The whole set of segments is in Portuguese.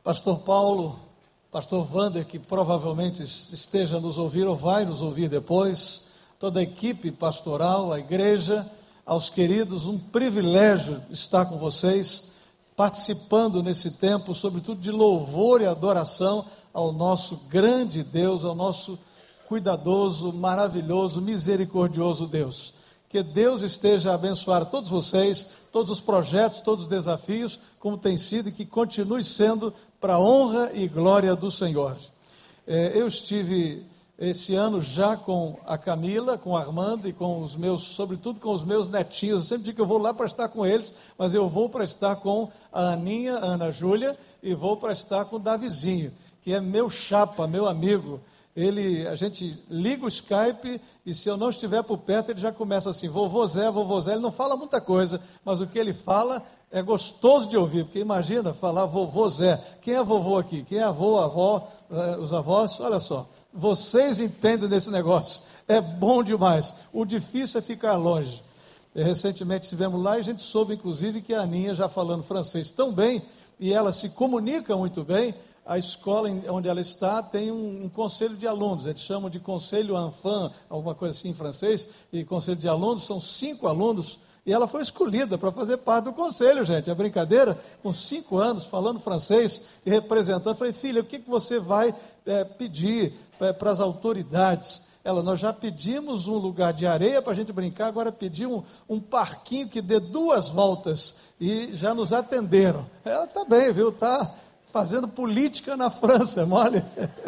Pastor Paulo, Pastor Wander, que provavelmente esteja nos ouvir ou vai nos ouvir depois, toda a equipe pastoral, a igreja, aos queridos, um privilégio estar com vocês, participando nesse tempo, sobretudo de louvor e adoração ao nosso grande Deus, ao nosso cuidadoso, maravilhoso, misericordioso Deus. Que Deus esteja a abençoar todos vocês, todos os projetos, todos os desafios, como tem sido e que continue sendo para a honra e glória do Senhor. Eu estive esse ano já com a Camila, com o Armando e com os meus, sobretudo com os meus netinhos. Eu sempre digo que eu vou lá para estar com eles, mas eu vou para estar com a Aninha, a Ana Júlia, e vou para estar com o Davizinho, que é meu chapa, meu amigo. A gente liga o Skype e se eu não estiver por perto, ele já começa assim, vovô Zé, ele não fala muita coisa, mas o que ele fala é gostoso de ouvir, porque imagina falar vovô Zé, quem é vovô aqui? Quem é avô, avó, os avós? Olha só, vocês entendem desse negócio, é bom demais, o difícil é ficar longe. Recentemente estivemos lá e a gente soube inclusive que a Aninha já falando francês tão bem, e ela se comunica muito bem. A escola onde ela está tem um conselho de alunos, eles chamam de conselho enfant, alguma coisa assim em francês, e conselho de alunos, são 5 alunos, e ela foi escolhida para fazer parte do conselho, gente, é brincadeira, com 5 anos, falando francês e representando. Falei, filha, o que você vai pedir para as autoridades? Nós já pedimos um lugar de areia para a gente brincar, agora pedimos um parquinho que dê 2 voltas, e já nos atenderam. Ela está bem, viu, está fazendo política na França, mole.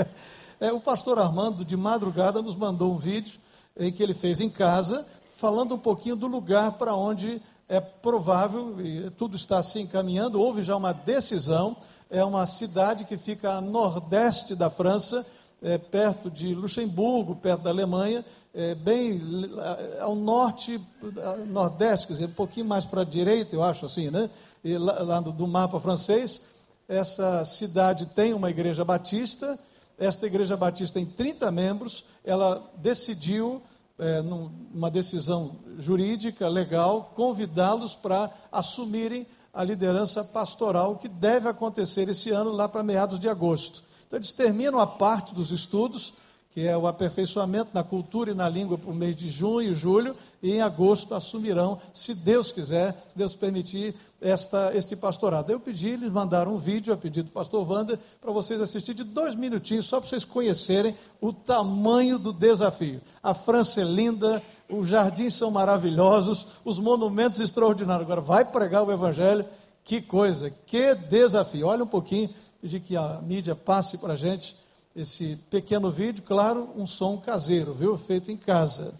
O pastor Armando, de madrugada, nos mandou um vídeo em que ele fez em casa, falando um pouquinho do lugar para onde é provável, e tudo está se encaminhando, houve já uma decisão, é uma cidade que fica a nordeste da França, perto de Luxemburgo, perto da Alemanha, bem ao norte, nordeste, quer dizer, um pouquinho mais para a direita, eu acho assim, né? E lá do mapa francês. Essa cidade tem uma igreja batista, esta igreja batista tem 30 membros, ela decidiu, numa decisão jurídica, legal, convidá-los para assumirem a liderança pastoral que deve acontecer esse ano, lá para meados de agosto. Então eles terminam a parte dos estudos, que é o aperfeiçoamento na cultura e na língua por mês de junho e julho, e em agosto assumirão, se Deus quiser, se Deus permitir, este pastorado. Eu pedi, eles mandaram um vídeo, a pedido do pastor Wander, para vocês assistirem de 2 minutinhos, só para vocês conhecerem o tamanho do desafio. A França é linda, os jardins são maravilhosos, os monumentos extraordinários. Agora vai pregar o evangelho, que coisa, que desafio. Olha um pouquinho, pedir que a mídia passe para a gente esse pequeno vídeo, claro, um som caseiro, viu? Feito em casa.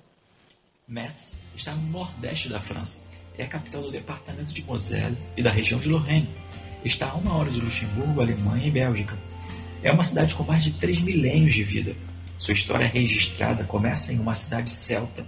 Metz está no nordeste da França. É a capital do departamento de Moselle e da região de Lorraine. Está a 1 hora de Luxemburgo, Alemanha e Bélgica. É uma cidade com mais de 3 milênios de vida. Sua história registrada começa em uma cidade celta,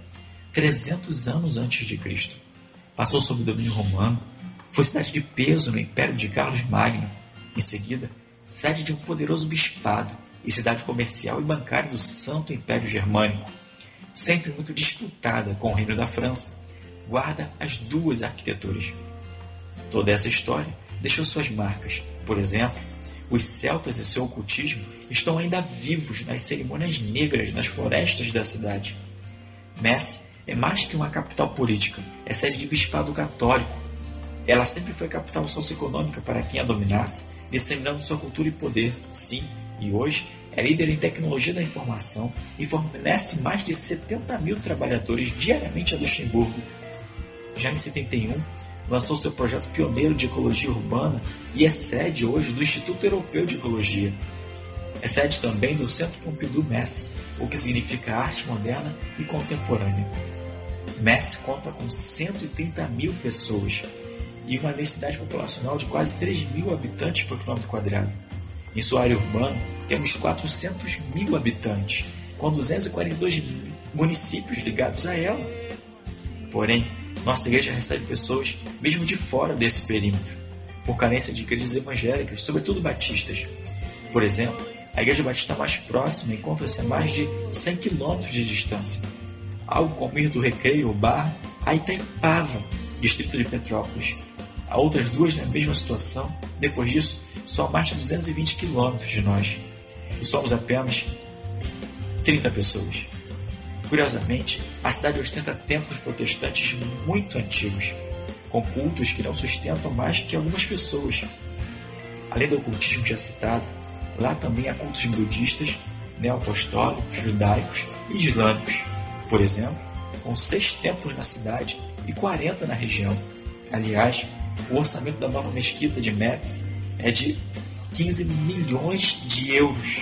300 anos antes de Cristo. Passou sob domínio romano, foi cidade de peso no Império de Carlos Magno. Em seguida, sede de um poderoso bispado e cidade comercial e bancária do Santo Império Germânico, sempre muito disputada com o Reino da França, guarda as 2 arquiteturas. Toda essa história deixou suas marcas. Por exemplo, os celtas e seu ocultismo estão ainda vivos nas cerimônias negras nas florestas da cidade. Metz é mais que uma capital política, é sede de bispado católico. Ela sempre foi capital socioeconômica para quem a dominasse, disseminando sua cultura e poder, sim, e hoje é líder em tecnologia da informação e fornece mais de 70 mil trabalhadores diariamente a Luxemburgo. Já em 71, lançou seu projeto pioneiro de ecologia urbana e é sede hoje do Instituto Europeu de Ecologia. É sede também do Centro Pompidou Metz, o que significa arte moderna e contemporânea. Metz conta com 130 mil pessoas e uma densidade populacional de quase 3 mil habitantes por quilômetro quadrado. Em sua área urbana, temos 400 mil habitantes, com 242 municípios ligados a ela. Porém, nossa igreja recebe pessoas mesmo de fora desse perímetro, por carência de igrejas evangélicas, sobretudo batistas. Por exemplo, a igreja batista mais próxima encontra-se a mais de 100 quilômetros de distância, algo como ir do Recreio ou Barra a Itaipava, distrito de Petrópolis. Há outras duas na mesma situação. Depois disso, só marcha 220 quilômetros de nós. E somos apenas 30 pessoas. Curiosamente, a cidade ostenta templos protestantes muito antigos, com cultos que não sustentam mais que algumas pessoas. Além do ocultismo já citado, lá também há cultos budistas, neoapostólicos, judaicos e islâmicos. Por exemplo, com 6 templos na cidade e 40 na região. Aliás, o orçamento da nova mesquita de Metz é de 15 milhões de euros.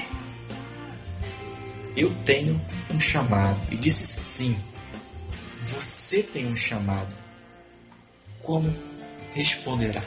Eu tenho um chamado. E disse sim. Você tem um chamado. Como responderá?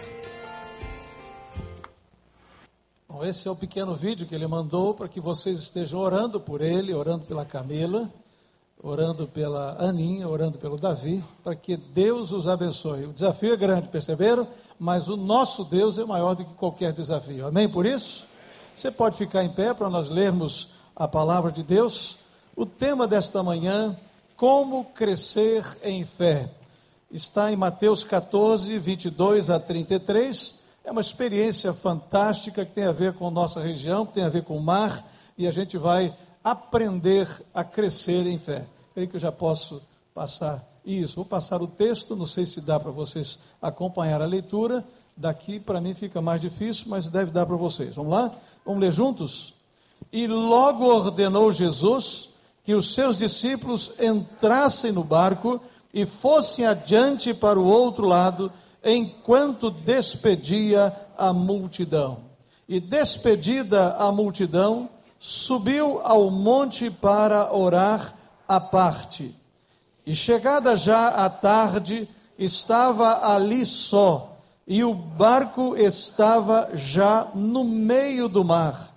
Bom, esse é o pequeno vídeo que ele mandou para que vocês estejam orando por ele, orando pela Camila, orando pela Aninha, orando pelo Davi, para que Deus os abençoe. O desafio é grande, perceberam? Mas o nosso Deus é maior do que qualquer desafio. Amém por isso? Você pode ficar em pé para nós lermos a palavra de Deus. O tema desta manhã, como crescer em fé, está em Mateus 14, 22 a 33. É uma experiência fantástica que tem a ver com nossa região, que tem a ver com o mar, e a gente vai aprender a crescer em fé. Creio que eu já posso passar isso. Vou passar o texto, não sei se dá para vocês acompanhar a leitura. Daqui para mim fica mais difícil, mas deve dar para vocês. Vamos lá? Vamos ler juntos? E logo ordenou Jesus que os seus discípulos entrassem no barco e fossem adiante para o outro lado, enquanto despedia a multidão. E despedida a multidão, subiu ao monte para orar à parte. E chegada já a tarde, estava ali só, e o barco estava já no meio do mar,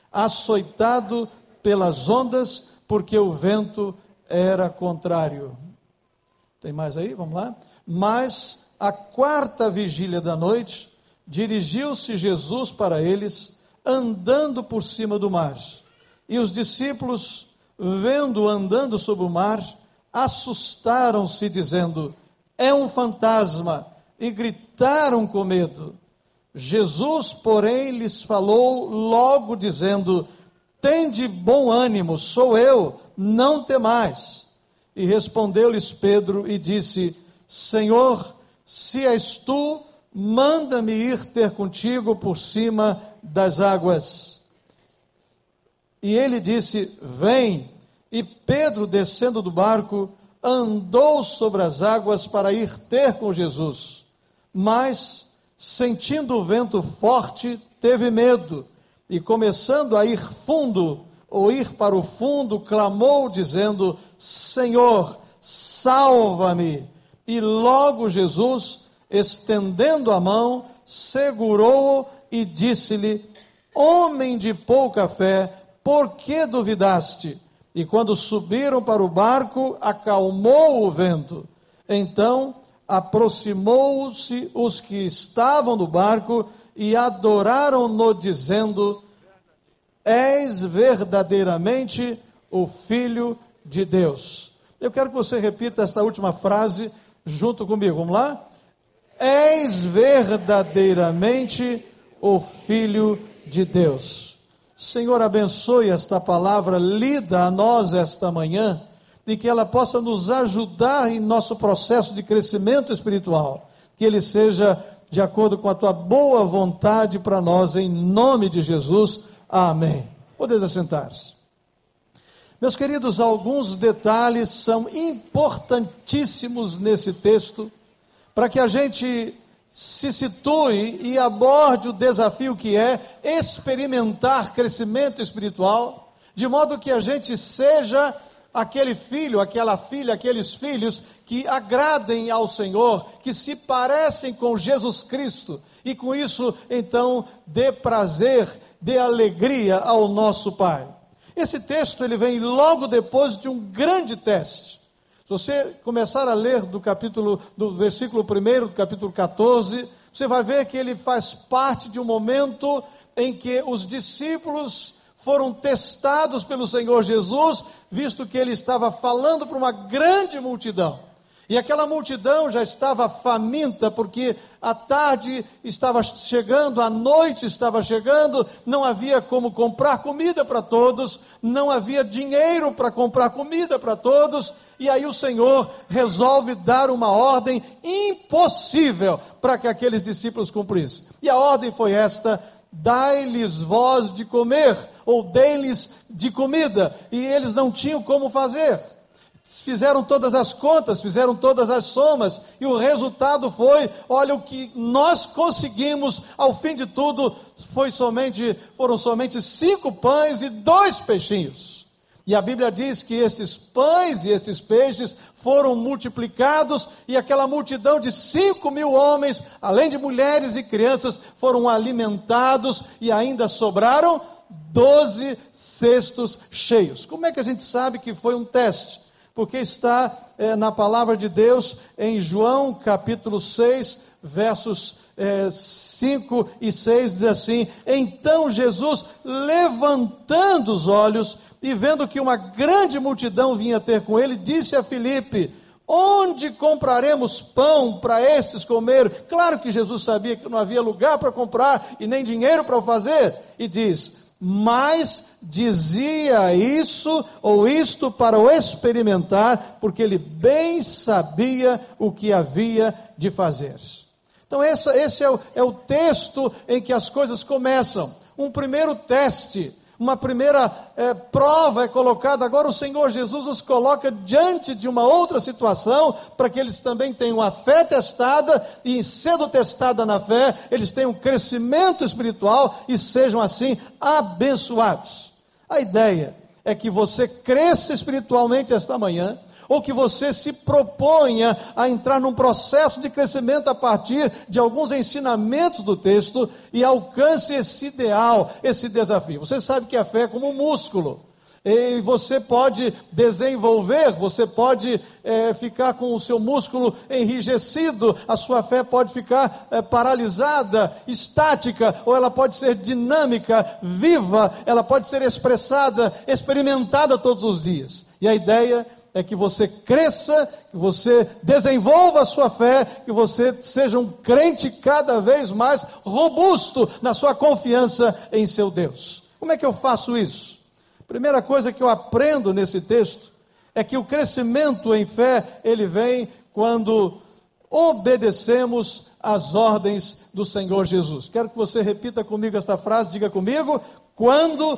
açoitado pelas ondas, porque o vento era contrário. Tem mais aí? Vamos lá? Mas, à 4ª vigília da noite, dirigiu-se Jesus para eles, andando por cima do mar. E os discípulos, vendo-o andando sobre o mar, assustaram-se, dizendo: é um fantasma, e gritaram com medo. Jesus, porém, lhes falou logo, dizendo: tende bom ânimo, sou eu, não temais. E respondeu-lhes Pedro e disse: Senhor, se és tu, manda-me ir ter contigo por cima das águas. E ele disse: vem. E Pedro, descendo do barco, andou sobre as águas para ir ter com Jesus. Mas, sentindo o vento forte, teve medo. E começando a ir fundo, ou ir para o fundo, clamou, dizendo: Senhor, salva-me. E logo Jesus, estendendo a mão, segurou-o e disse-lhe: homem de pouca fé, por que duvidaste? E quando subiram para o barco, acalmou o vento. Então aproximou-se os que estavam no barco e adoraram-no, dizendo: és verdadeiramente o Filho de Deus. Eu quero que você repita esta última frase junto comigo. Vamos lá? És verdadeiramente o Filho de Deus. Senhor, abençoe esta palavra lida a nós esta manhã, e que ela possa nos ajudar em nosso processo de crescimento espiritual. Que ele seja de acordo com a tua boa vontade para nós, em nome de Jesus. Amém. Podeis assentar-se. Meus queridos, alguns detalhes são importantíssimos nesse texto, para que a gente se situe e aborde o desafio que é experimentar crescimento espiritual, de modo que a gente seja aquele filho, aquela filha, aqueles filhos que agradem ao Senhor, que se parecem com Jesus Cristo, e com isso, então, dê prazer, dê alegria ao nosso Pai. Esse texto, ele vem logo depois de um grande teste. Se você começar a ler do versículo 1 do capítulo 14, você vai ver que ele faz parte de um momento em que os discípulos foram testados pelo Senhor Jesus, visto que ele estava falando para uma grande multidão. E aquela multidão já estava faminta, porque a tarde estava chegando, a noite estava chegando, não havia como comprar comida para todos, não havia dinheiro para comprar comida para todos, e aí o Senhor resolve dar uma ordem impossível para que aqueles discípulos cumprissem. E a ordem foi esta: dai-lhes vós de comer, ou dei-lhes de comida, e eles não tinham como fazer. Fizeram todas as contas, fizeram todas as somas, e o resultado foi, olha, o que nós conseguimos ao fim de tudo foram somente 5 pães e 2 peixinhos. E a Bíblia diz que estes pães e estes peixes foram multiplicados, e aquela multidão de 5.000 homens, além de mulheres e crianças, foram alimentados, e ainda sobraram 12 cestos cheios. Como é que a gente sabe que foi um teste? Porque está na palavra de Deus, em João capítulo 6, versos 5 e 6, diz assim: então Jesus, levantando os olhos e vendo que uma grande multidão vinha ter com ele, disse a Filipe: onde compraremos pão para estes comer? Claro que Jesus sabia que não havia lugar para comprar e nem dinheiro para o fazer, e diz: mas dizia isso ou isto para o experimentar, porque ele bem sabia o que havia de fazer. Então esse é o texto em que as coisas começam. Um primeiro teste, uma primeira prova é colocada. Agora o Senhor Jesus os coloca diante de uma outra situação, para que eles também tenham a fé testada, e sendo testada na fé, eles tenham crescimento espiritual e sejam assim abençoados. A ideia é que você cresça espiritualmente esta manhã, ou que você se proponha a entrar num processo de crescimento a partir de alguns ensinamentos do texto e alcance esse ideal, esse desafio. Você sabe que a fé é como um músculo, e você pode desenvolver, você pode ficar com o seu músculo enrijecido, a sua fé pode ficar paralisada, estática, ou ela pode ser dinâmica, viva, ela pode ser expressada, experimentada todos os dias. E a ideia é que você cresça, que você desenvolva a sua fé, que você seja um crente cada vez mais robusto na sua confiança em seu Deus. Como é que eu faço isso? Primeira coisa que eu aprendo nesse texto é que o crescimento em fé, ele vem quando obedecemos às ordens do Senhor Jesus. Quero que você repita comigo esta frase, diga comigo: quando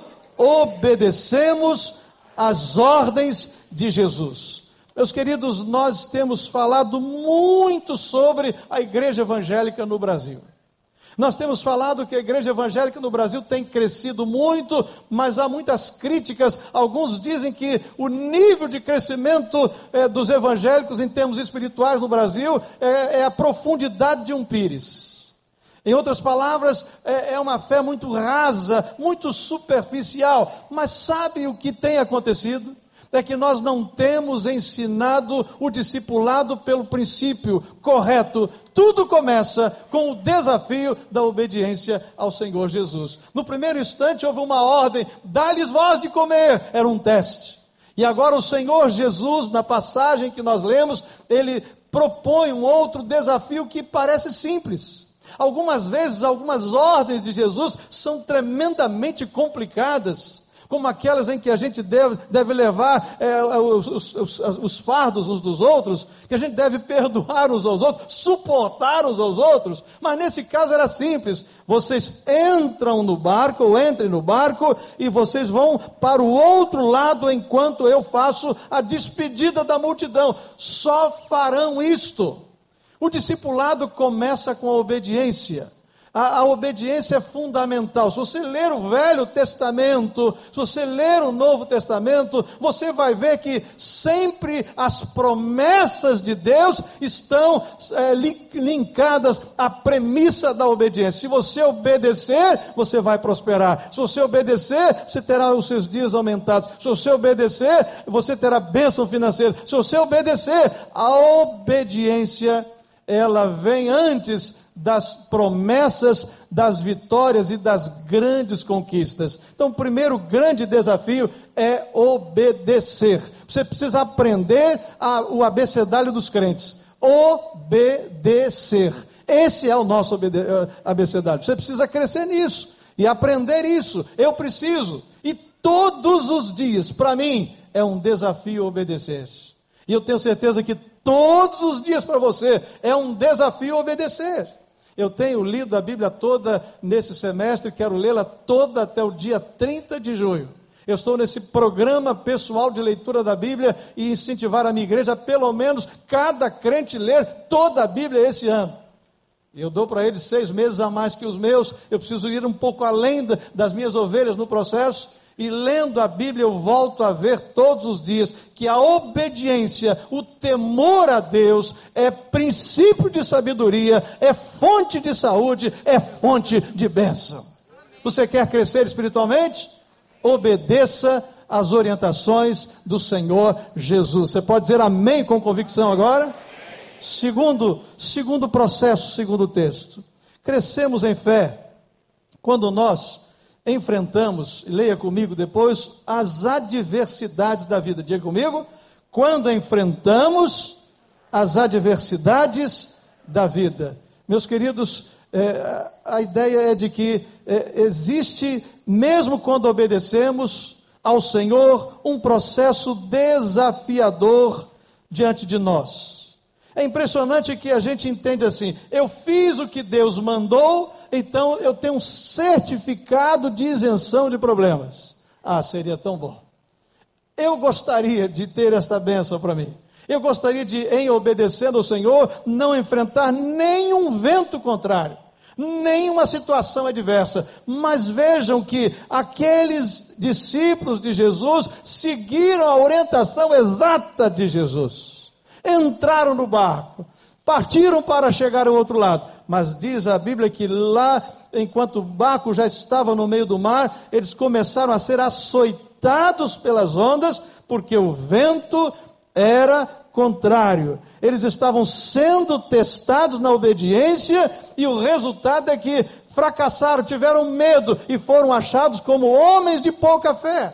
obedecemos às ordens de Jesus. Meus queridos, nós temos falado muito sobre a igreja evangélica no Brasil. Nós temos falado que a igreja evangélica no Brasil tem crescido muito, mas há muitas críticas. Alguns dizem que o nível de crescimento dos evangélicos em termos espirituais no Brasil é a profundidade de um pires. Em outras palavras, é uma fé muito rasa, muito superficial. Mas sabe o que tem acontecido? É que nós não temos ensinado o discipulado pelo princípio correto. Tudo começa com o desafio da obediência ao Senhor Jesus. No primeiro instante houve uma ordem: dá-lhes vós de comer. Era um teste. E agora o Senhor Jesus, na passagem que nós lemos, ele propõe um outro desafio que parece simples. Algumas vezes, algumas ordens de Jesus são tremendamente complicadas, como aquelas em que a gente deve levar os fardos uns dos outros, que a gente deve perdoar uns aos outros, suportar uns aos outros. Mas nesse caso era simples: vocês entram no barco, ou entrem no barco, e vocês vão para o outro lado enquanto eu faço a despedida da multidão. Só farão isto. O discipulado começa com a obediência. A obediência é fundamental. Se você ler o Velho Testamento, se você ler o Novo Testamento, você vai ver que sempre as promessas de Deus estão linkadas à premissa da obediência. Se você obedecer, você vai prosperar. Se você obedecer, você terá os seus dias aumentados. Se você obedecer, você terá bênção financeira. Se você obedecer, a obediência ela vem antes das promessas, das vitórias e das grandes conquistas. Então, o primeiro grande desafio é obedecer. Você precisa aprender o abecedário dos crentes. Obedecer. Esse é o nosso abecedário. Você precisa crescer nisso e aprender isso. Eu preciso. E todos os dias, para mim, é um desafio obedecer. E eu tenho certeza que todos os dias para você é um desafio obedecer. Eu tenho lido a Bíblia toda nesse semestre, quero lê-la toda até o dia 30 de junho. Eu estou nesse programa pessoal de leitura da Bíblia e incentivar a minha igreja, pelo menos cada crente ler toda a Bíblia esse ano. Eu dou para eles 6 meses a mais que os meus, eu preciso ir um pouco além das minhas ovelhas no processo. E lendo a Bíblia eu volto a ver todos os dias que a obediência, o temor a Deus é princípio de sabedoria, é fonte de saúde, é fonte de bênção. Você quer crescer espiritualmente? Obedeça às orientações do Senhor Jesus. Você pode dizer amém com convicção agora? Segundo processo, segundo texto. Crescemos em fé quando nós enfrentamos, leia comigo depois, as adversidades da vida. Diga comigo, quando enfrentamos as adversidades da vida. Meus queridos, a ideia é de que existe, mesmo quando obedecemos ao Senhor, um processo desafiador diante de nós. É impressionante que a gente entende assim, eu fiz o que Deus mandou, então eu tenho um certificado de isenção de problemas. Ah, seria tão bom. Eu gostaria de ter esta bênção para mim. Eu gostaria de, em obedecendo ao Senhor, não enfrentar nenhum vento contrário, nenhuma situação adversa. Mas vejam que aqueles discípulos de Jesus seguiram a orientação exata de Jesus. Entraram no barco, partiram para chegar ao outro lado. Mas diz a Bíblia que lá, enquanto o barco já estava no meio do mar, eles começaram a ser açoitados pelas ondas, porque o vento era contrário. Eles estavam sendo testados na obediência, e o resultado é que fracassaram, tiveram medo, e foram achados como homens de pouca fé.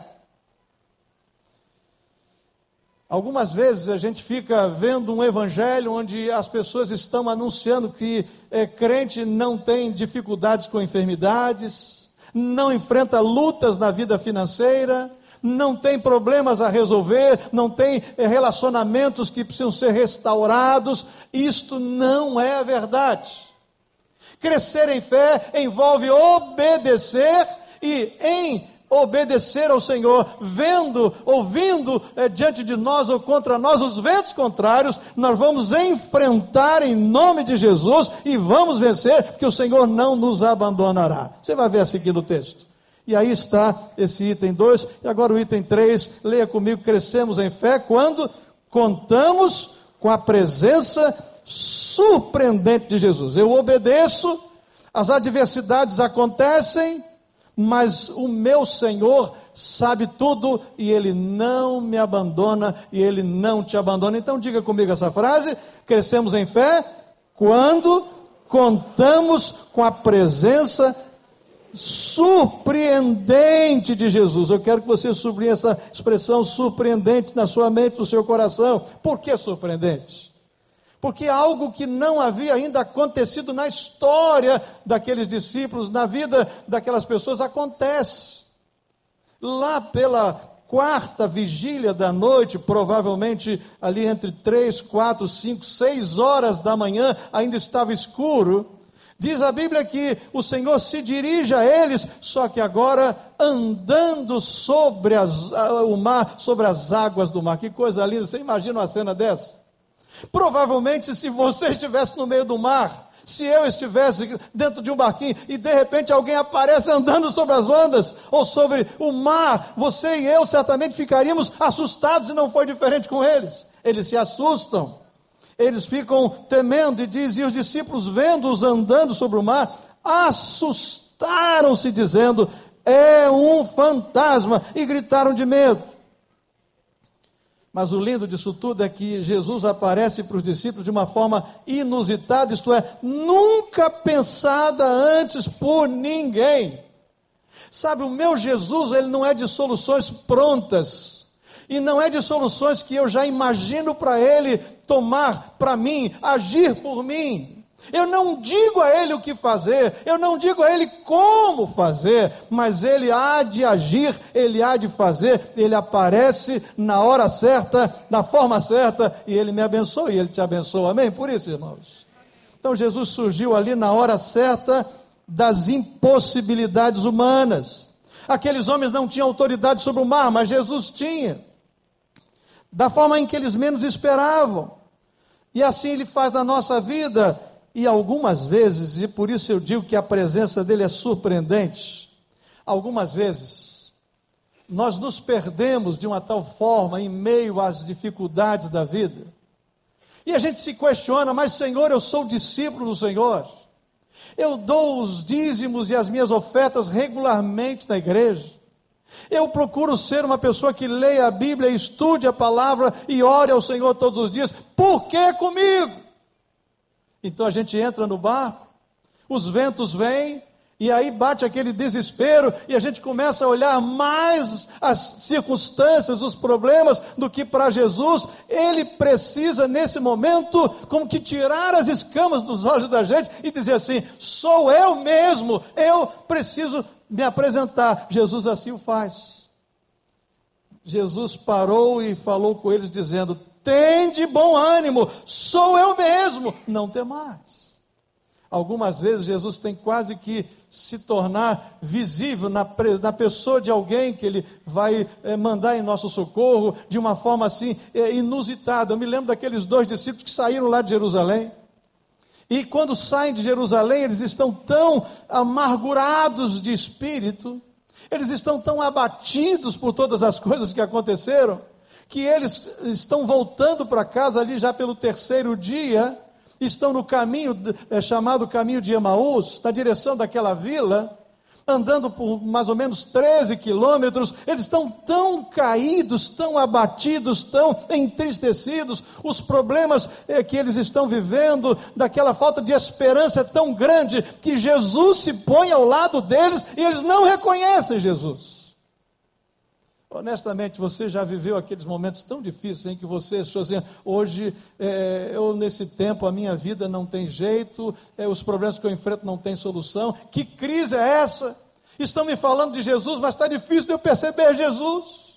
Algumas vezes a gente fica vendo um evangelho onde as pessoas estão anunciando que crente não tem dificuldades com enfermidades, não enfrenta lutas na vida financeira, não tem problemas a resolver, não tem relacionamentos que precisam ser restaurados. Isto não é a verdade. Crescer em fé envolve obedecer, e em obedecer ao Senhor, ouvindo diante de nós ou contra nós os ventos contrários, nós vamos enfrentar em nome de Jesus e vamos vencer, porque o Senhor não nos abandonará. Você vai ver a seguir o texto. E aí está esse item 2, e agora o item 3, leia comigo, crescemos em fé quando contamos com a presença surpreendente de Jesus. Eu obedeço, as adversidades acontecem, mas o meu Senhor sabe tudo e Ele não me abandona e Ele não te abandona. Então diga comigo essa frase, crescemos em fé quando contamos com a presença surpreendente de Jesus. Eu quero que você sublinhe essa expressão surpreendente na sua mente, no seu coração. Por que surpreendente? Porque algo que não havia ainda acontecido na história daqueles discípulos, na vida daquelas pessoas, acontece. Lá pela 4ª vigília da noite, provavelmente ali entre 3, 4, 5, 6 horas da manhã, ainda estava escuro. Diz a Bíblia que o Senhor se dirige a eles, só que agora andando sobre o mar, sobre as águas do mar. Que coisa linda, você imagina uma cena dessa? Provavelmente, se você estivesse no meio do mar, se eu estivesse dentro de um barquinho e de repente alguém aparece andando sobre as ondas ou sobre o mar, você e eu certamente ficaríamos assustados, e não foi diferente com eles. Eles se assustam, eles ficam temendo, e diz, e os discípulos vendo-os andando sobre o mar, assustaram-se dizendo, é um fantasma, e gritaram de medo. Mas o lindo disso tudo é que Jesus aparece para os discípulos de uma forma inusitada, isto é, nunca pensada antes por ninguém. Sabe, o meu Jesus, ele não é de soluções prontas, e não é de soluções que eu já imagino para ele tomar para mim, agir por mim. Eu não digo a ele o que fazer, eu não digo a ele como fazer, mas ele há de agir, ele há de fazer, ele aparece na hora certa, na forma certa, e ele me abençoa e ele te abençoa, amém? Por isso, irmãos. Então Jesus surgiu ali na hora certa das impossibilidades humanas. Aqueles homens não tinham autoridade sobre o mar, mas Jesus tinha, da forma em que eles menos esperavam, e assim ele faz na nossa vida. E algumas vezes, e por isso eu digo que a presença dele é surpreendente, algumas vezes, nós nos perdemos de uma tal forma em meio às dificuldades da vida, e a gente se questiona, mas Senhor, eu sou discípulo do Senhor, eu dou os dízimos e as minhas ofertas regularmente na igreja, eu procuro ser uma pessoa que leia a Bíblia, estude a palavra e ore ao Senhor todos os dias, por que comigo? Então a gente entra no barco, os ventos vêm, e aí bate aquele desespero, e a gente começa a olhar mais as circunstâncias, os problemas, do que para Jesus. Ele precisa nesse momento, como que tirar as escamas dos olhos da gente, e dizer assim, sou eu mesmo, eu preciso me apresentar. Jesus assim o faz. Jesus parou e falou com eles dizendo, tende bom ânimo, sou eu mesmo, não temais. Algumas vezes Jesus tem quase que se tornar visível na pessoa de alguém que ele vai mandar em nosso socorro, de uma forma assim inusitada. Eu me lembro daqueles 2 discípulos que saíram lá de Jerusalém, e quando saem de Jerusalém, eles estão tão amargurados de espírito, eles estão tão abatidos por todas as coisas que aconteceram, que eles estão voltando para casa ali já pelo 3º dia, estão no caminho, chamado caminho de Emaús, na direção daquela vila, andando por mais ou menos 13 quilômetros, eles estão tão caídos, tão abatidos, tão entristecidos, os problemas que eles estão vivendo, daquela falta de esperança é tão grande, que Jesus se põe ao lado deles, e eles não reconhecem Jesus. Honestamente, você já viveu aqueles momentos tão difíceis em que você achou assim, hoje, eu nesse tempo, a minha vida não tem jeito, os problemas que eu enfrento não têm solução, que crise é essa? Estão me falando de Jesus, mas está difícil de eu perceber Jesus.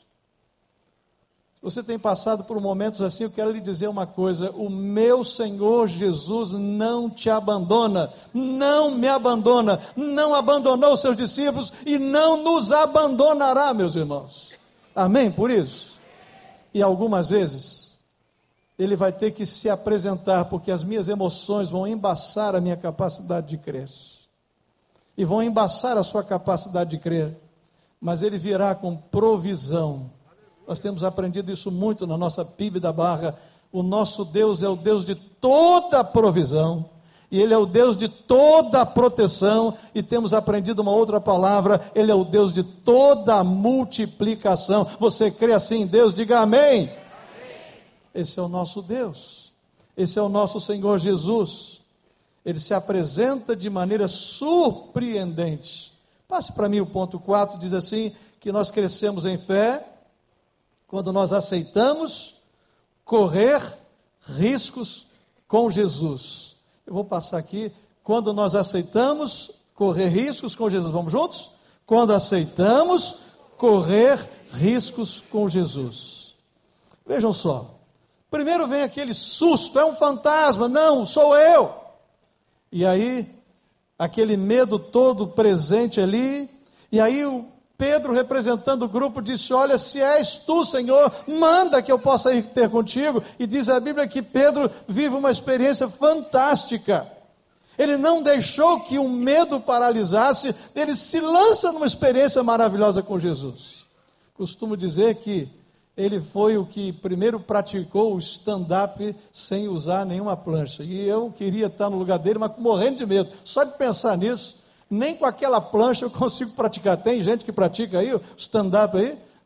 Se você tem passado por momentos assim, eu quero lhe dizer uma coisa, o meu Senhor Jesus não te abandona, não me abandona, não abandonou os seus discípulos e não nos abandonará, meus irmãos. Amém por isso? E algumas vezes, ele vai ter que se apresentar, porque as minhas emoções vão embaçar a minha capacidade de crer. E vão embaçar a sua capacidade de crer. Mas ele virá com provisão. Nós temos aprendido isso muito na nossa PIB da Barra. O nosso Deus é o Deus de toda provisão. E Ele é o Deus de toda proteção, e temos aprendido uma outra palavra, Ele é o Deus de toda multiplicação. Você crê assim em Deus? Diga amém. Amém. Esse é o nosso Deus, esse é o nosso Senhor Jesus. Ele se apresenta de maneira surpreendente. Passe para mim o ponto 4, diz assim, que nós crescemos em fé, quando nós aceitamos correr riscos com Jesus. Eu vou passar aqui, quando nós aceitamos correr riscos com Jesus, vamos juntos? Quando aceitamos correr riscos com Jesus. Vejam só, primeiro vem aquele susto, é um fantasma, não, sou eu. E aí, aquele medo todo presente ali, e aí o Pedro, representando o grupo, disse, olha, se és tu, Senhor, manda que eu possa ir ter contigo. E diz a Bíblia que Pedro vive uma experiência fantástica. Ele não deixou que o medo paralisasse, ele se lança numa experiência maravilhosa com Jesus. Costumo dizer que ele foi o que primeiro praticou o stand-up sem usar nenhuma plancha. E eu queria estar no lugar dele, mas morrendo de medo. Só de pensar nisso, nem com aquela plancha eu consigo praticar. Tem gente que pratica aí o stand-up aí?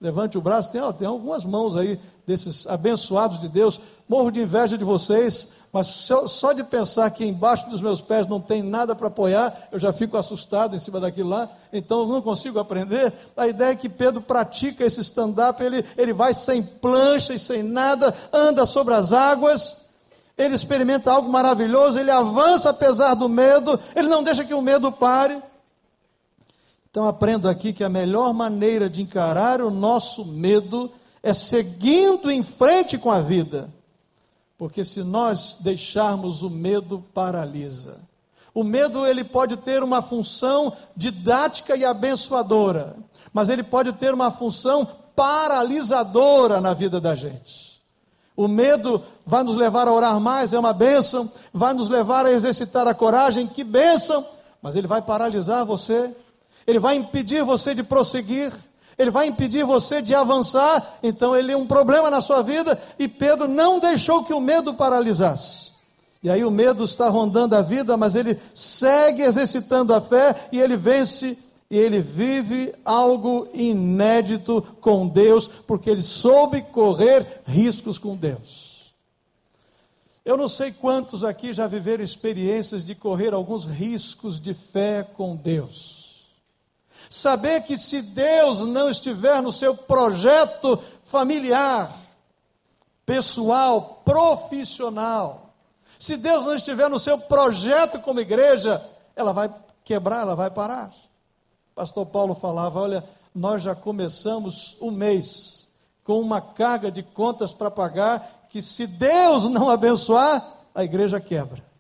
Levante o braço, tem algumas mãos aí, desses abençoados de Deus. Morro de inveja de vocês, mas só de pensar que embaixo dos meus pés não tem nada para apoiar, eu já fico assustado em cima daquilo lá, então eu não consigo aprender. A ideia é que Pedro pratica esse stand-up, ele vai sem plancha e sem nada, anda sobre as águas, ele experimenta algo maravilhoso, ele avança apesar do medo, ele não deixa que o medo pare. Então aprendo aqui que a melhor maneira de encarar o nosso medo é seguindo em frente com a vida. Porque se nós deixarmos o medo, paralisa. O medo, ele pode ter uma função didática e abençoadora, mas ele pode ter uma função paralisadora na vida da gente. O medo vai nos levar a orar mais, é uma bênção, vai nos levar a exercitar a coragem, que bênção, mas ele vai paralisar você. Ele vai impedir você de prosseguir, ele vai impedir você de avançar, então ele é um problema na sua vida, e Pedro não deixou que o medo paralisasse. E aí o medo está rondando a vida, mas ele segue exercitando a fé, e ele vence, e ele vive algo inédito com Deus, porque ele soube correr riscos com Deus. Eu não sei quantos aqui já viveram experiências de correr alguns riscos de fé com Deus. Saber que se Deus não estiver no seu projeto familiar, pessoal, profissional, se Deus não estiver no seu projeto como igreja, ela vai quebrar, ela vai parar. Pastor Paulo falava, olha, nós já começamos o mês com uma carga de contas para pagar, que se Deus não abençoar, a igreja quebra.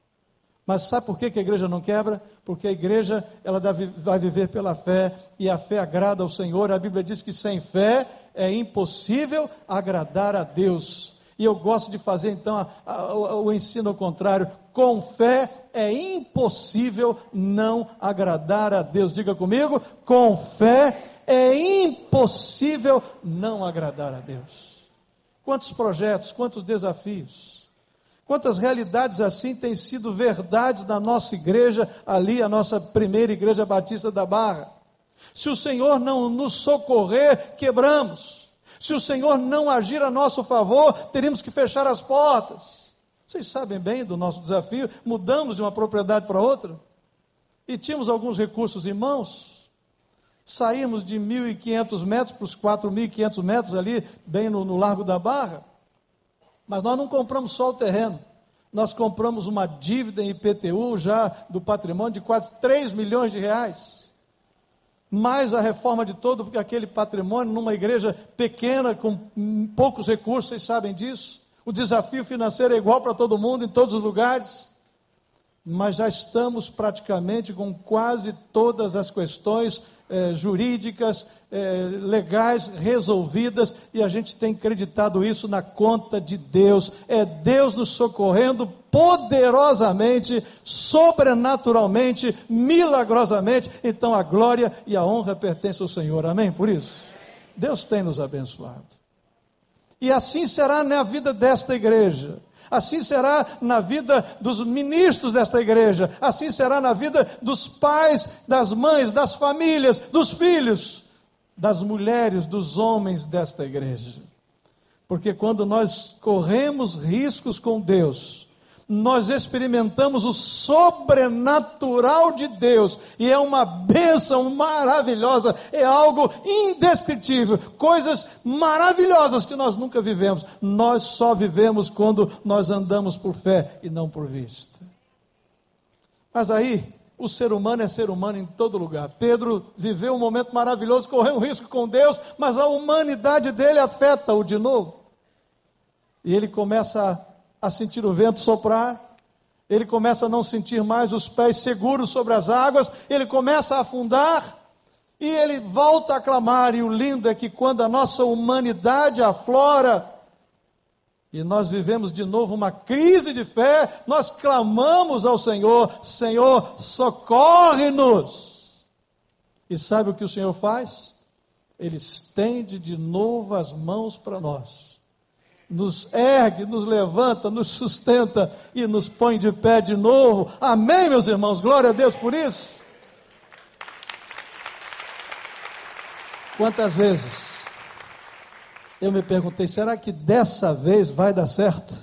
Mas sabe por que a igreja não quebra? Porque a igreja ela vai viver pela fé, e a fé agrada ao Senhor. A Bíblia diz que sem fé é impossível agradar a Deus. E eu gosto de fazer então o ensino ao contrário. Com fé é impossível não agradar a Deus. Diga comigo, com fé é impossível não agradar a Deus. Quantos projetos, quantos desafios. Quantas realidades assim têm sido verdades na nossa igreja, ali a nossa primeira igreja batista da Barra. Se o Senhor não nos socorrer, quebramos. Se o Senhor não agir a nosso favor, teríamos que fechar as portas. Vocês sabem bem do nosso desafio, mudamos de uma propriedade para outra, e tínhamos alguns recursos em mãos, saímos de 1.500 metros para os 4.500 metros ali, bem no Largo da Barra. Mas nós não compramos só o terreno, nós compramos uma dívida em IPTU já do patrimônio de quase 3 milhões de reais. Mais a reforma de todo aquele patrimônio numa igreja pequena, com poucos recursos, vocês sabem disso. O desafio financeiro é igual para todo mundo, em todos os lugares. Mas já estamos praticamente com quase todas as questões jurídicas, legais, resolvidas, e a gente tem acreditado isso na conta de Deus. É Deus nos socorrendo poderosamente, sobrenaturalmente, milagrosamente. Então a glória e a honra pertencem ao Senhor, amém? Por isso, Deus tem nos abençoado. E assim será na vida desta igreja. Assim será na vida dos ministros desta igreja, assim será na vida dos pais, das mães, das famílias, dos filhos, das mulheres, dos homens desta igreja. Porque quando nós corremos riscos com Deus, nós experimentamos o sobrenatural de Deus, e é uma bênção maravilhosa, é algo indescritível, coisas maravilhosas que nós nunca vivemos. Nós só vivemos quando nós andamos por fé e não por vista. Mas aí, o ser humano é ser humano em todo lugar. Pedro viveu um momento maravilhoso, correu um risco com Deus, mas a humanidade dele afeta-o de novo. E ele começa a sentir o vento soprar, ele começa a não sentir mais os pés seguros sobre as águas, ele começa a afundar, e ele volta a clamar. E o lindo é que quando a nossa humanidade aflora, e nós vivemos de novo uma crise de fé, nós clamamos ao Senhor: Senhor, socorre-nos. E sabe o que o Senhor faz? Ele estende de novo as mãos para nós, nos ergue, nos levanta, nos sustenta e nos põe de pé de novo. Amém, meus irmãos? Glória a Deus por isso. Quantas vezes eu me perguntei, será que dessa vez vai dar certo?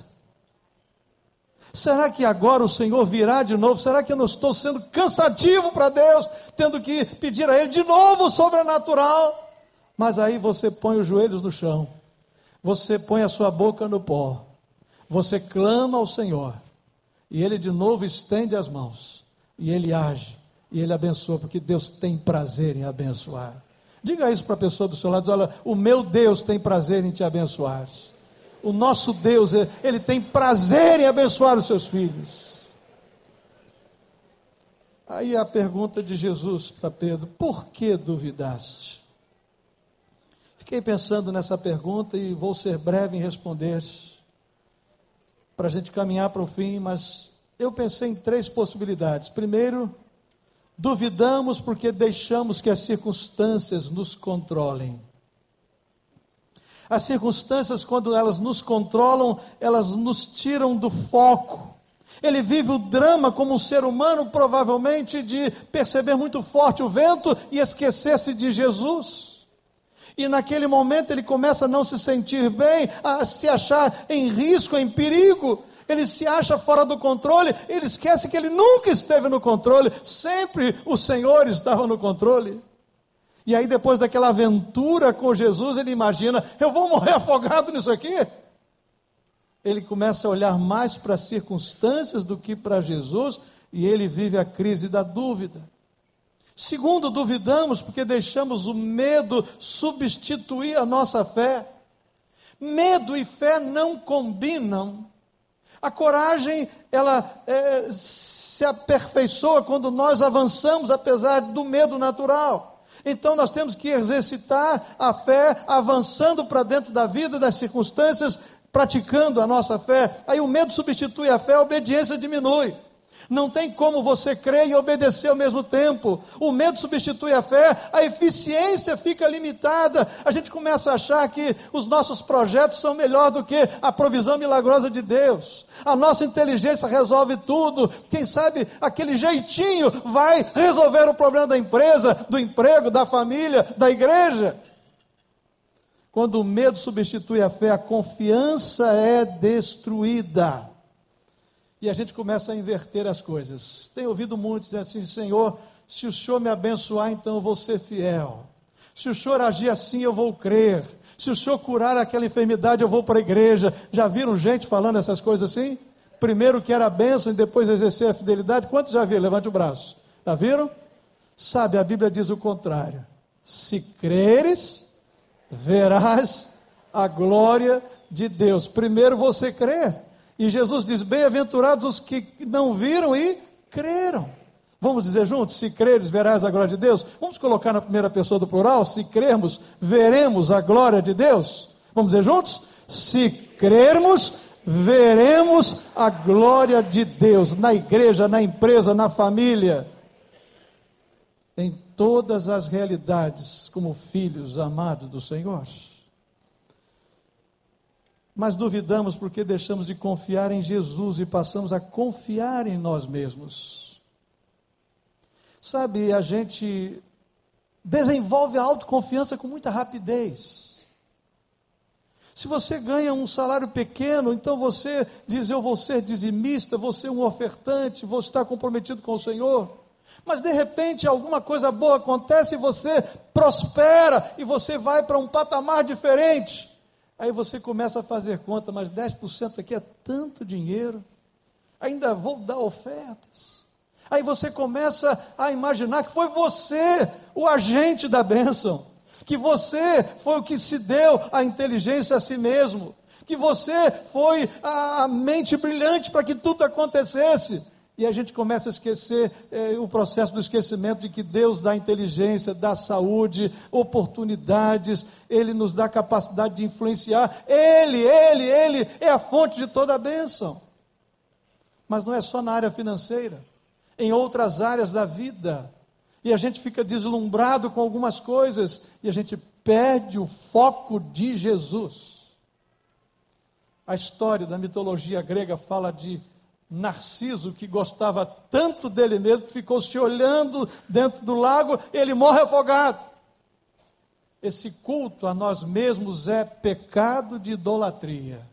Será que agora o Senhor virá de novo? Será que eu não estou sendo cansativo para Deus, tendo que pedir a Ele de novo o sobrenatural? Mas aí você põe os joelhos no chão, você põe a sua boca no pó, você clama ao Senhor, e Ele de novo estende as mãos, e Ele age, e Ele abençoa, porque Deus tem prazer em abençoar. Diga isso para a pessoa do seu lado, diz, olha, o meu Deus tem prazer em te abençoar. O nosso Deus, Ele tem prazer em abençoar os seus filhos. Aí a pergunta de Jesus para Pedro, por que duvidaste? Fiquei pensando nessa pergunta e vou ser breve em responder, para a gente caminhar para o fim, mas eu pensei em 3 possibilidades. Primeiro, duvidamos porque deixamos que as circunstâncias nos controlem. As circunstâncias, quando elas nos controlam, elas nos tiram do foco. Ele vive o drama como um ser humano, provavelmente, de perceber muito forte o vento e esquecer-se de Jesus. E naquele momento ele começa a não se sentir bem, a se achar em risco, em perigo. Ele se acha fora do controle, ele esquece que ele nunca esteve no controle, sempre o Senhor estava no controle. E aí depois daquela aventura com Jesus, ele imagina, eu vou morrer afogado nisso aqui? Ele começa a olhar mais para as circunstâncias do que para Jesus, e ele vive a crise da dúvida. Segundo, duvidamos porque deixamos o medo substituir a nossa fé. Medo e fé não combinam. A coragem, ela se aperfeiçoa quando nós avançamos, apesar do medo natural. Então nós temos que exercitar a fé, avançando para dentro da vida, das circunstâncias, praticando a nossa fé. Aí o medo substitui a fé, a obediência diminui. Não tem como você crer e obedecer ao mesmo tempo. O medo substitui a fé, a eficiência fica limitada. A gente começa a achar que os nossos projetos são melhor do que a provisão milagrosa de Deus. A nossa inteligência resolve tudo. Quem sabe aquele jeitinho vai resolver o problema da empresa, do emprego, da família, da igreja. Quando o medo substitui a fé, a confiança é destruída. E a gente começa a inverter as coisas. Tenho ouvido muitos dizer assim, Senhor, se o Senhor me abençoar, então eu vou ser fiel. Se o Senhor agir assim, eu vou crer. Se o Senhor curar aquela enfermidade, eu vou para a igreja. Já viram gente falando essas coisas assim? Primeiro que era a bênção e depois exercer a fidelidade. Quantos já viram? Levante o braço. Já viram? Sabe, a Bíblia diz o contrário. Se creres, verás a glória de Deus. Primeiro você crê. E Jesus diz, bem-aventurados os que não viram e creram. Vamos dizer juntos, se creres, verás a glória de Deus. Vamos colocar na primeira pessoa do plural, se crermos, veremos a glória de Deus. Vamos dizer juntos? Se crermos, veremos a glória de Deus. Na igreja, na empresa, na família. Em todas as realidades, como filhos amados do Senhor. Mas duvidamos porque deixamos de confiar em Jesus e passamos a confiar em nós mesmos. Sabe, a gente desenvolve a autoconfiança com muita rapidez. Se você ganha um salário pequeno, então você diz, eu vou ser dizimista, vou ser um ofertante, vou estar comprometido com o Senhor. Mas de repente alguma coisa boa acontece e você prospera e você vai para um patamar diferente. Aí você começa a fazer conta, mas 10% aqui é tanto dinheiro, ainda vou dar ofertas. Aí você começa a imaginar que foi você o agente da bênção, que você foi o que se deu a inteligência a si mesmo, que você foi a mente brilhante para que tudo acontecesse. E a gente começa a esquecer o processo do esquecimento de que Deus dá inteligência, dá saúde, oportunidades, Ele nos dá capacidade de influenciar. Ele é a fonte de toda a bênção. Mas não é só na área financeira, em outras áreas da vida. E a gente fica deslumbrado com algumas coisas e a gente perde o foco de Jesus. A história da mitologia grega fala de Narciso, que gostava tanto dele mesmo, que ficou se olhando dentro do lago, ele morre afogado. esse culto a nós mesmos é pecado de idolatria.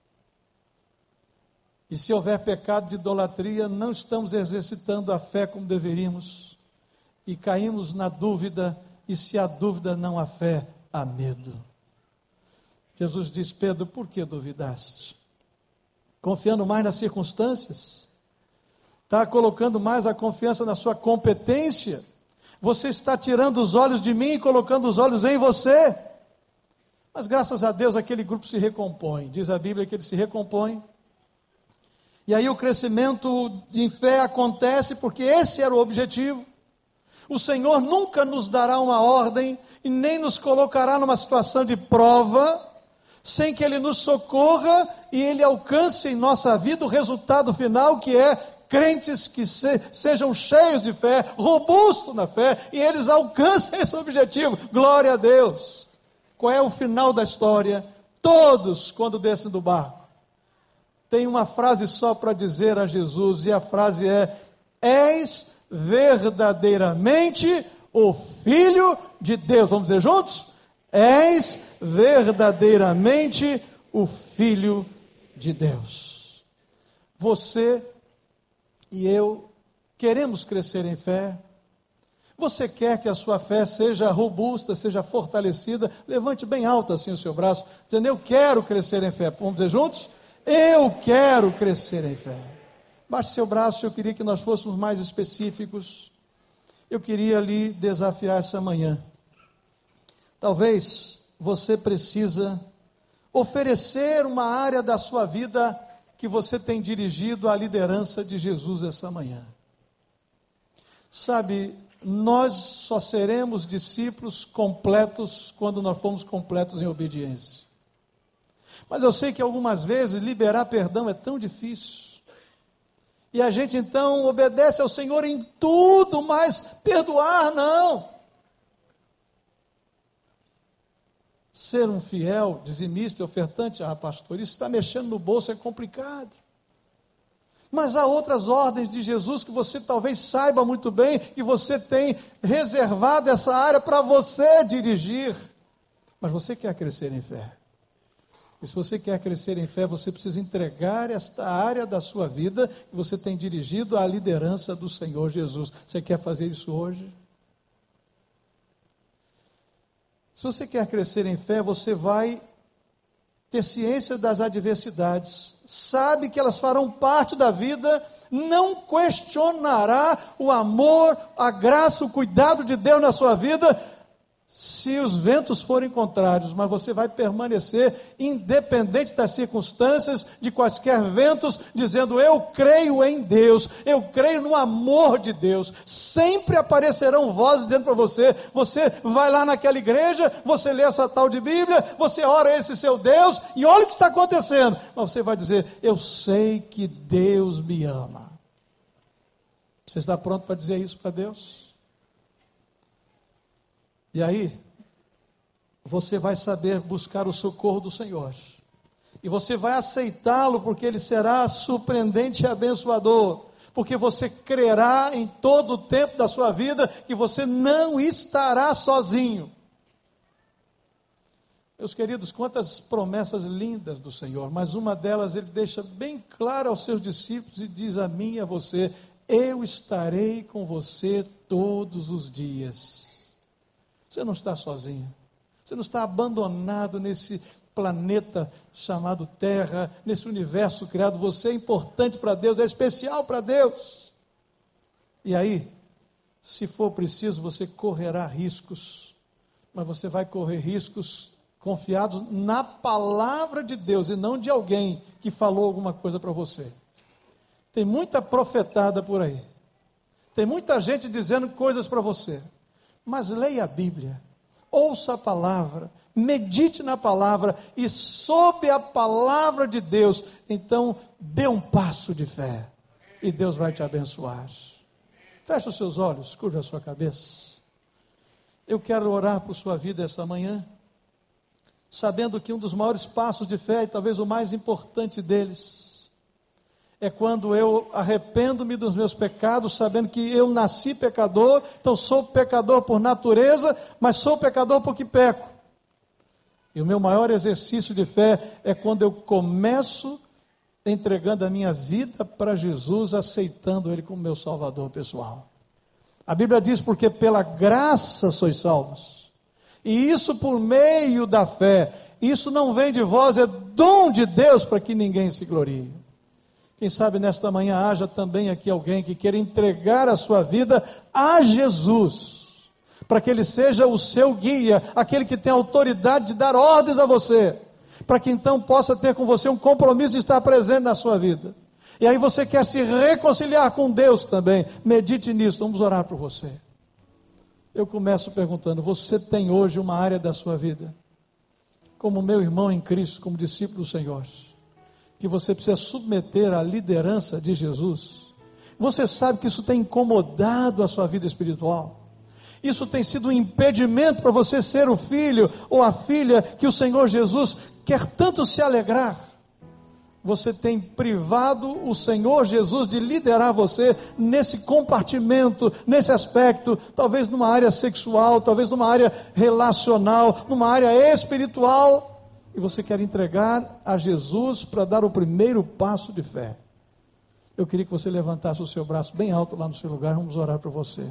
E se houver pecado de idolatria, não estamos exercitando a fé como deveríamos. E caímos na dúvida, e se há dúvida não há fé, há medo. Jesus diz: Pedro, por que duvidaste? Confiando mais nas circunstâncias? Está colocando mais a confiança na sua competência? Você está tirando os olhos de mim e colocando os olhos em você? Mas graças a Deus aquele grupo se recompõe. Diz a Bíblia que ele se recompõe. E aí o crescimento em fé acontece porque esse era o objetivo. O Senhor nunca nos dará uma ordem e nem nos colocará numa situação de prova sem que Ele nos socorra e Ele alcance em nossa vida o resultado final, que é crentes que sejam cheios de fé, robustos na fé, e eles alcancem esse objetivo. Glória a Deus! Qual é o final da história? Todos, quando descem do barco, tem uma frase só para dizer a Jesus, e a frase é: és verdadeiramente o Filho de Deus. Vamos dizer juntos? És verdadeiramente o Filho de Deus. Você e eu queremos crescer em fé. Você quer que a sua fé seja robusta, seja fortalecida? Levante bem alto assim o seu braço, dizendo: eu quero crescer em fé. Vamos dizer juntos? Eu quero crescer em fé. Baixe seu braço. Eu queria que nós fôssemos mais específicos. Eu queria lhe desafiar essa manhã. Talvez você precisa oferecer uma área da sua vida que você tem dirigido à liderança de Jesus essa manhã. Sabe, nós só seremos discípulos completos quando nós formos completos em obediência. Mas eu sei que algumas vezes liberar perdão é tão difícil. E a gente então obedece ao Senhor em tudo, mas perdoar não. Ser um fiel, dizimista e ofertante, pastor, isso está mexendo no bolso, é complicado. Mas há outras ordens de Jesus que você talvez saiba muito bem, que você tem reservado essa área para você dirigir. Mas você quer crescer em fé. E se você quer crescer em fé, você precisa entregar esta área da sua vida que você tem dirigido à liderança do Senhor Jesus. Você quer fazer isso hoje? Se você quer crescer em fé, você vai ter ciência das adversidades, sabe que elas farão parte da vida, não questionará o amor, a graça, o cuidado de Deus na sua vida, se os ventos forem contrários, mas você vai permanecer independente das circunstâncias, de quaisquer ventos, dizendo: eu creio em Deus, eu creio no amor de Deus. Sempre aparecerão vozes dizendo para você: você vai lá naquela igreja, você lê essa tal de Bíblia, você ora a esse seu Deus, e olha o que está acontecendo. Mas você vai dizer: eu sei que Deus me ama. Você está pronto para dizer isso para Deus? E aí, você vai saber buscar o socorro do Senhor. E você vai aceitá-lo, porque Ele será surpreendente e abençoador. Porque você crerá em todo o tempo da sua vida que você não estará sozinho. Meus queridos, quantas promessas lindas do Senhor. Mas uma delas Ele deixa bem clara aos seus discípulos e diz a mim e a você: eu estarei com você todos os dias. Você não está sozinho, você não está abandonado nesse planeta chamado Terra, nesse universo criado. Você é importante para Deus, é especial para Deus. E aí, se for preciso, você correrá riscos, mas você vai correr riscos confiados na palavra de Deus e não de alguém que falou alguma coisa para você. Tem muita profetada por aí, tem muita gente dizendo coisas para você. Mas leia a Bíblia, ouça a palavra, medite na palavra e sob a palavra de Deus, então dê um passo de fé e Deus vai te abençoar. Feche os seus olhos, curva a sua cabeça. Eu quero orar por sua vida essa manhã, sabendo que um dos maiores passos de fé, e talvez o mais importante deles, É quando eu arrependo-me dos meus pecados, sabendo que eu nasci pecador, então sou pecador por natureza, mas sou pecador porque peco. E o meu maior exercício de fé é quando eu começo entregando a minha vida para Jesus, aceitando Ele como meu Salvador pessoal. A Bíblia diz, porque pela graça sois salvos. E isso por meio da fé. Isso não vem de vós, é dom de Deus para que ninguém se glorie. Quem sabe nesta manhã haja também aqui alguém que queira entregar a sua vida a Jesus, para que Ele seja o seu guia, aquele que tem autoridade de dar ordens a você, para que então possa ter com você um compromisso de estar presente na sua vida. E aí você quer se reconciliar com Deus também, medite nisso, vamos orar por você. Eu começo perguntando, você tem hoje uma área da sua vida, como meu irmão em Cristo, como discípulo do Senhor, que você precisa submeter à liderança de Jesus? Você sabe que isso tem incomodado a sua vida espiritual? Isso tem sido um impedimento para você ser o filho ou a filha que o Senhor Jesus quer tanto se alegrar? Você tem privado o Senhor Jesus de liderar você nesse compartimento, nesse aspecto, talvez numa área sexual, talvez numa área relacional, numa área espiritual, e você quer entregar a Jesus para dar o primeiro passo de fé. Eu queria que você levantasse o seu braço bem alto lá no seu lugar, vamos orar por você.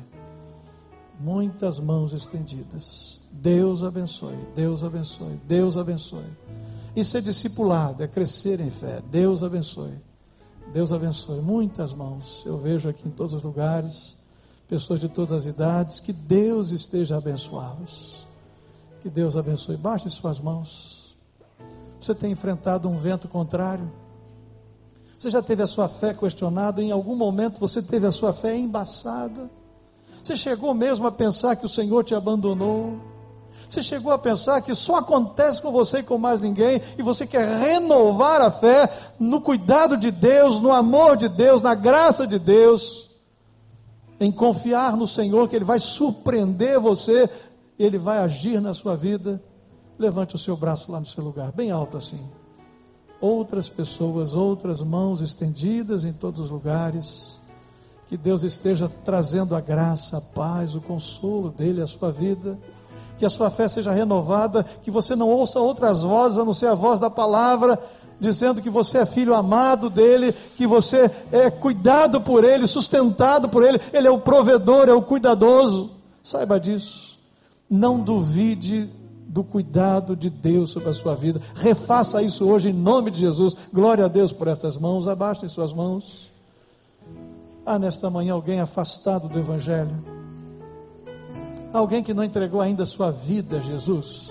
Muitas mãos estendidas. Deus abençoe, Deus abençoe, Deus abençoe. Isso é discipulado, é crescer em fé. Deus abençoe, Deus abençoe. Muitas mãos, eu vejo aqui em todos os lugares, pessoas de todas as idades, que Deus esteja a abençoá-los. Que Deus abençoe, baixe suas mãos. Você tem enfrentado um vento contrário? Você já teve a sua fé questionada? Em algum momento você teve a sua fé embaçada? Você chegou mesmo a pensar que o Senhor te abandonou? Você chegou a pensar que só acontece com você e com mais ninguém, e você quer renovar a fé no cuidado de Deus, no amor de Deus, na graça de Deus, em confiar no Senhor, que Ele vai surpreender você, Ele vai agir na sua vida? Levante o seu braço lá no seu lugar, bem alto assim. Outras pessoas, outras mãos estendidas em todos os lugares. Que Deus esteja trazendo a graça, a paz, o consolo dEle à sua vida. Que a sua fé seja renovada, que você não ouça outras vozes, a não ser a voz da palavra, dizendo que você é filho amado dEle, que você é cuidado por Ele, sustentado por Ele, Ele é o provedor, é o cuidadoso. Saiba disso. Não duvide do cuidado de Deus sobre a sua vida. Refaça isso hoje em nome de Jesus. Glória a Deus por estas mãos. Abaixem suas mãos. Há nesta manhã alguém afastado do Evangelho? Alguém que não entregou ainda a sua vida a Jesus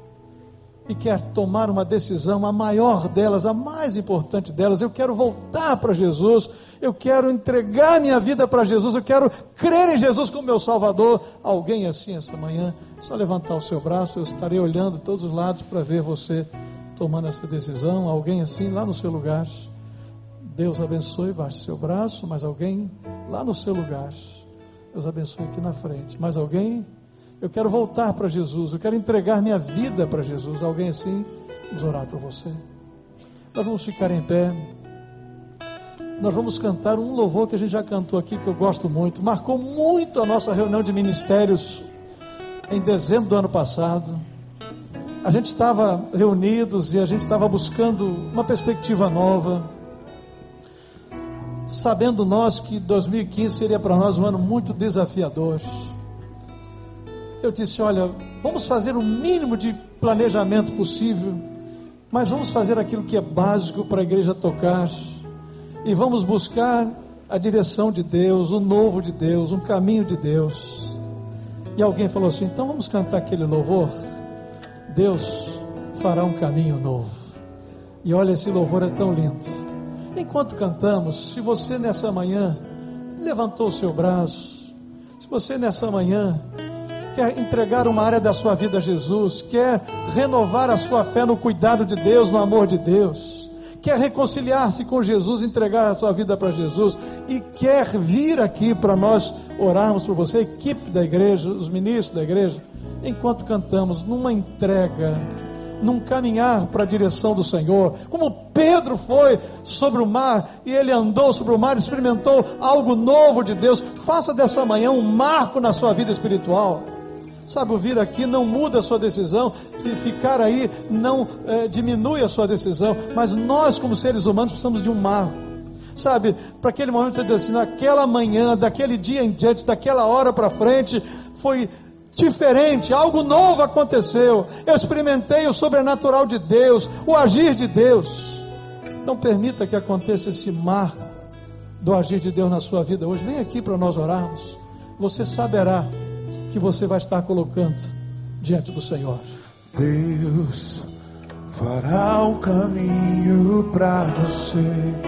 e quer tomar uma decisão, a maior delas, a mais importante delas: eu quero voltar para Jesus, eu quero entregar minha vida para Jesus, eu quero crer em Jesus como meu Salvador. Alguém assim essa manhã? Só levantar o seu braço, eu estarei olhando de todos os lados para ver você tomando essa decisão. Alguém assim lá no seu lugar? Deus abençoe, baixe seu braço. Mais alguém lá no seu lugar? Deus abençoe aqui na frente. Mais alguém? Eu quero voltar para Jesus, eu quero entregar minha vida para Jesus. Alguém assim? Vamos orar por você. Nós vamos ficar em pé. Nós vamos cantar um louvor que a gente já cantou aqui, que eu gosto muito. Marcou muito a nossa reunião de ministérios em dezembro do ano passado. A gente estava reunidos e a gente estava buscando uma perspectiva nova, sabendo nós que 2015 seria para nós um ano muito desafiador. Eu disse: olha, vamos fazer o mínimo de planejamento possível, mas vamos fazer aquilo que é básico para a igreja tocar, e vamos buscar a direção de Deus, o novo de Deus, um caminho de Deus. E alguém falou assim: então vamos cantar aquele louvor, Deus fará um caminho novo. E olha, esse louvor é tão lindo. Enquanto cantamos, se você nessa manhã levantou o seu braço, se você nessa manhã quer entregar uma área da sua vida a Jesus, quer renovar a sua fé no cuidado de Deus, no amor de Deus, quer reconciliar-se com Jesus, entregar a sua vida para Jesus, e quer vir aqui para nós orarmos por você, a equipe da igreja, os ministros da igreja, enquanto cantamos, numa entrega, num caminhar para a direção do Senhor, como Pedro foi sobre o mar, e ele andou sobre o mar, experimentou algo novo de Deus. Faça dessa manhã um marco na sua vida espiritual. Sabe, o vir aqui não muda a sua decisão, e ficar aí não diminui a sua decisão, mas nós como seres humanos precisamos de um marco. Sabe, para aquele momento você diz assim, naquela manhã, daquele dia em diante, daquela hora para frente, foi diferente, algo novo aconteceu, eu experimentei o sobrenatural de Deus, o agir de Deus. Então permita que aconteça esse marco do agir de Deus na sua vida hoje. Vem aqui para nós orarmos. Você saberá que você vai estar colocando diante do Senhor. Deus fará um caminho para você,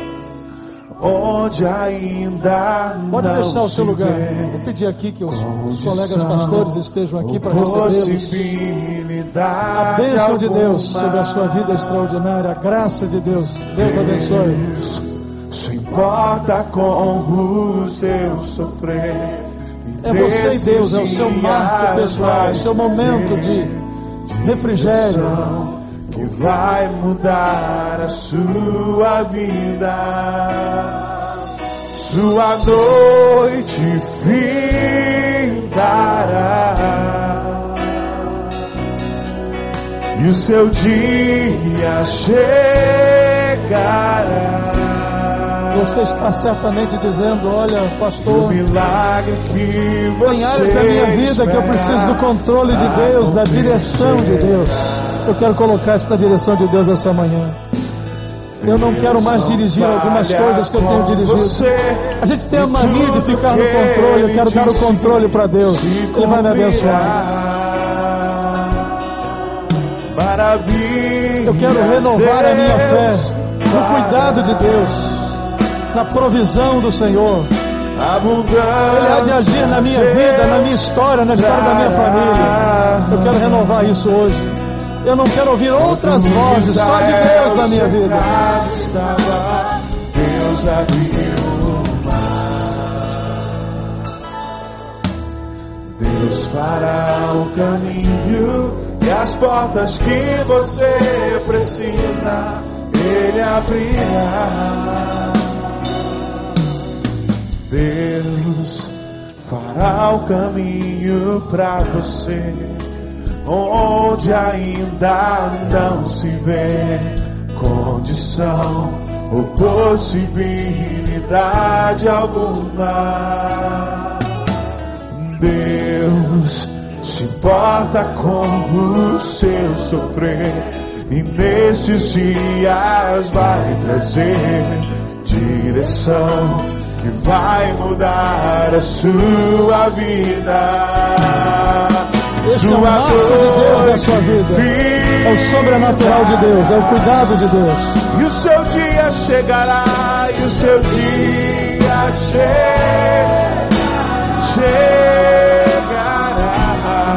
onde ainda pode não deixar o seu lugar. Vou vê pedir aqui que os colegas pastores estejam aqui para recebê-los. A bênção de Deus sobre a sua vida extraordinária, a graça de Deus. Deus abençoe. Deus se importa com os teus sofrer. É você e Deus, é o seu marco pessoal, é o seu momento de refrigério, que vai mudar a sua vida. Sua noite findará e o seu dia chegará. Você está certamente dizendo, olha, pastor, o milagre que você tem áreas da minha vida que eu preciso do controle de Deus, da direção de Deus. Eu quero colocar isso na direção de Deus essa manhã. Eu não quero mais dirigir algumas coisas que eu tenho dirigido. A gente tem a mania de ficar no controle. Eu quero dar o controle para Deus. Ele vai me abençoar. Eu quero renovar a minha fé no cuidado de Deus, na provisão do Senhor. Ele há de agir na minha vida, na minha história, na história da minha família. Eu quero renovar isso hoje. Eu não quero ouvir outras vozes, só de Deus na minha vida. Deus abriu o mar. Deus fará o caminho e as portas que você precisa, Ele abrirá. Deus fará o caminho para você, onde ainda não se vê condição ou possibilidade alguma. Deus se importa com o seu sofrer e nesses dias vai trazer direção que vai mudar a sua vida. Esse é o marco de Deus na sua vida. É o sobrenatural de Deus, é o cuidado de Deus. E o seu dia chegará, e o seu dia chegará.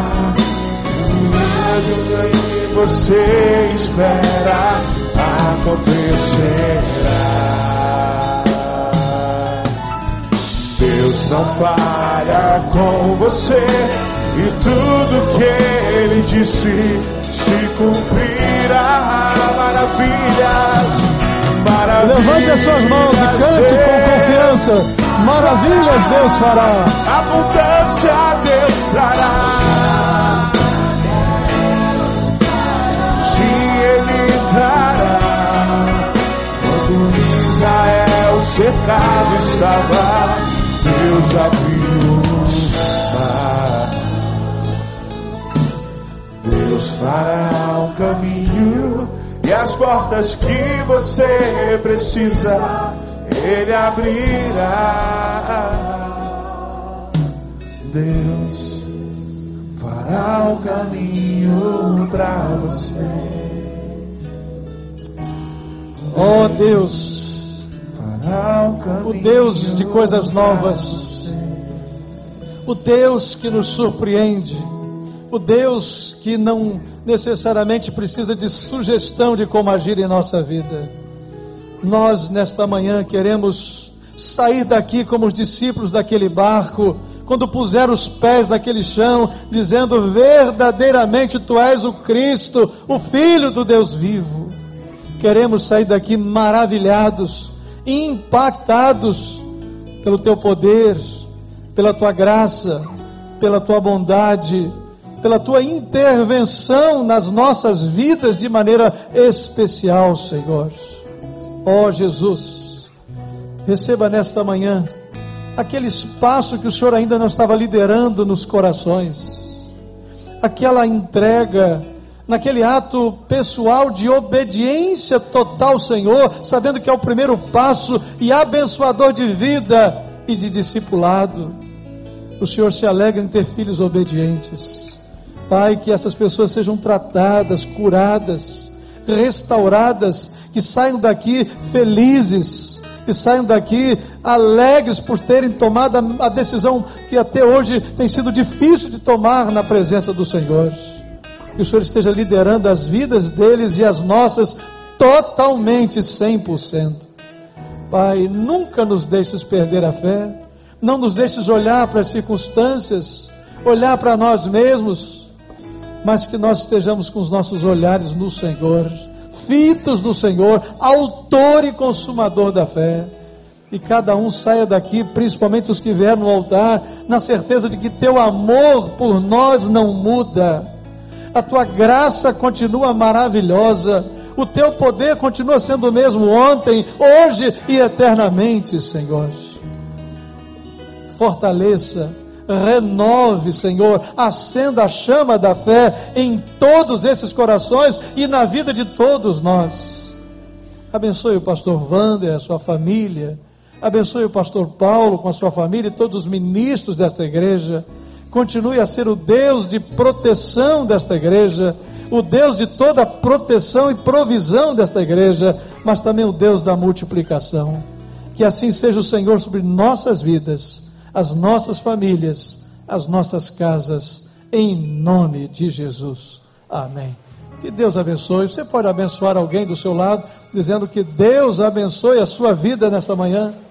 O que você espera acontecerá. Deus não falha com você, e tudo que Ele disse se cumprirá. Maravilhas. Levante as suas mãos e cante com confiança. Maravilhas Deus fará. Abundância Deus trará. Se Ele trará. Quando Israel cercado estava, Deus abriu o mar. Deus fará um caminho e as portas que você precisa, Ele abrirá. Deus fará um caminho para você. Oh Deus, o Deus de coisas novas, o Deus que nos surpreende, o Deus que não necessariamente precisa de sugestão de como agir em nossa vida. Nós nesta manhã queremos sair daqui como os discípulos daquele barco, quando puseram os pés naquele chão, dizendo: verdadeiramente Tu és o Cristo, o Filho do Deus vivo. Queremos sair daqui maravilhados, impactados pelo Teu poder, pela Tua graça, pela Tua bondade, pela Tua intervenção nas nossas vidas de maneira especial, Senhor. Ó Jesus, receba nesta manhã aquele espaço que o Senhor ainda não estava liderando nos corações, aquela entrega, naquele ato pessoal de obediência total, Senhor, sabendo que é o primeiro passo e abençoador de vida e de discipulado. O Senhor se alegra em ter filhos obedientes. Pai, que essas pessoas sejam tratadas, curadas, restauradas, que saiam daqui felizes, que saiam daqui alegres por terem tomado a decisão que até hoje tem sido difícil de tomar na presença do Senhor. Que o Senhor esteja liderando as vidas deles e as nossas totalmente, 100%. Pai, nunca nos deixes perder a fé, não nos deixes olhar para as circunstâncias, olhar para nós mesmos, mas que nós estejamos com os nossos olhares no Senhor, fitos no Senhor, autor e consumador da fé. E cada um saia daqui, principalmente os que vieram no altar, na certeza de que Teu amor por nós não muda, a Tua graça continua maravilhosa, o Teu poder continua sendo o mesmo ontem, hoje e eternamente, Senhor. Fortaleça, renove, Senhor, acenda a chama da fé em todos esses corações e na vida de todos nós. Abençoe o pastor Wander, a sua família, abençoe o pastor Paulo com a sua família e todos os ministros desta igreja. Continue a ser o Deus de proteção desta igreja, o Deus de toda proteção e provisão desta igreja, mas também o Deus da multiplicação. Que assim seja o Senhor sobre nossas vidas, as nossas famílias, as nossas casas, em nome de Jesus. Amém. Que Deus abençoe. Você pode abençoar alguém do seu lado, dizendo que Deus abençoe a sua vida nessa manhã.